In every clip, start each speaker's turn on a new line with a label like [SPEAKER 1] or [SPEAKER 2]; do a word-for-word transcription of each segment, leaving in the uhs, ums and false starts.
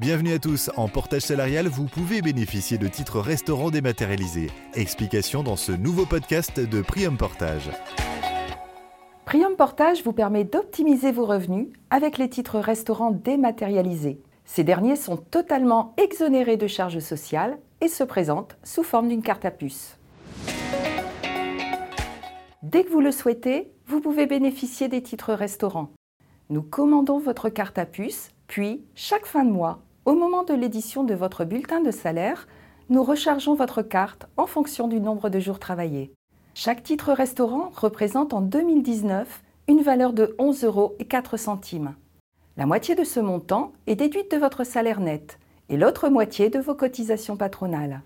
[SPEAKER 1] Bienvenue à tous, en portage salarial, vous pouvez bénéficier de titres restaurants dématérialisés. Explication dans ce nouveau podcast de Prium Portage.
[SPEAKER 2] Prium Portage vous permet d'optimiser vos revenus avec les titres restaurants dématérialisés. Ces derniers sont totalement exonérés de charges sociales et se présentent sous forme d'une carte à puce. Dès que vous le souhaitez, vous pouvez bénéficier des titres restaurants. Nous commandons votre carte à puce, puis, chaque fin de mois, au moment de l'édition de votre bulletin de salaire, nous rechargeons votre carte en fonction du nombre de jours travaillés. Chaque titre restaurant représente en deux mille dix-neuf une valeur de onze euros et quatre centimes. La moitié de ce montant est déduite de votre salaire net et l'autre moitié de vos cotisations patronales.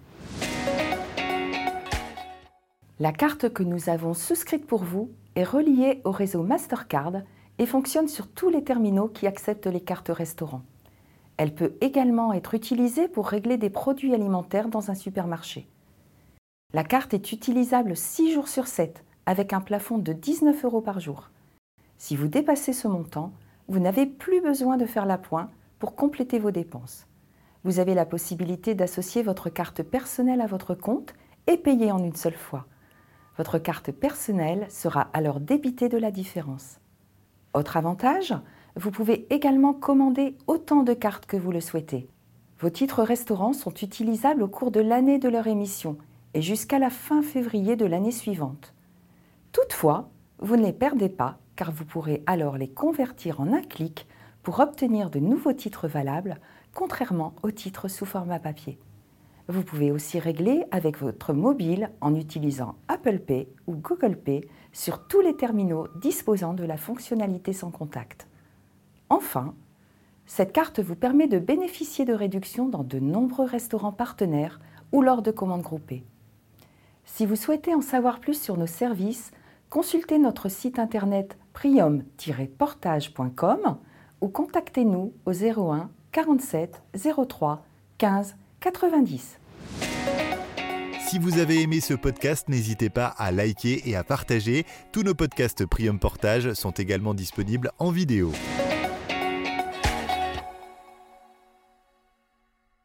[SPEAKER 2] La carte que nous avons souscrite pour vous est reliée au réseau Mastercard et fonctionne sur tous les terminaux qui acceptent les cartes restaurants. Elle peut également être utilisée pour régler des produits alimentaires dans un supermarché. La carte est utilisable six jours sur sept avec un plafond de dix-neuf euros par jour. Si vous dépassez ce montant, vous n'avez plus besoin de faire l'appoint pour compléter vos dépenses. Vous avez la possibilité d'associer votre carte personnelle à votre compte et payer en une seule fois. Votre carte personnelle sera alors débitée de la différence. Autre avantage, vous pouvez également commander autant de cartes que vous le souhaitez. Vos titres restaurants sont utilisables au cours de l'année de leur émission et jusqu'à la fin février de l'année suivante. Toutefois, vous ne les perdez pas car vous pourrez alors les convertir en un clic pour obtenir de nouveaux titres valables, contrairement aux titres sous format papier. Vous pouvez aussi régler avec votre mobile en utilisant Apple Pay ou Google Pay sur tous les terminaux disposant de la fonctionnalité sans contact. Enfin, cette carte vous permet de bénéficier de réductions dans de nombreux restaurants partenaires ou lors de commandes groupées. Si vous souhaitez en savoir plus sur nos services, consultez notre site internet prium tiret portage point com ou contactez-nous au zéro un quarante-sept zéro trois quinze quatre-vingt-dix.
[SPEAKER 1] Si vous avez aimé ce podcast, n'hésitez pas à liker et à partager. Tous nos podcasts Prium Portage sont également disponibles en vidéo.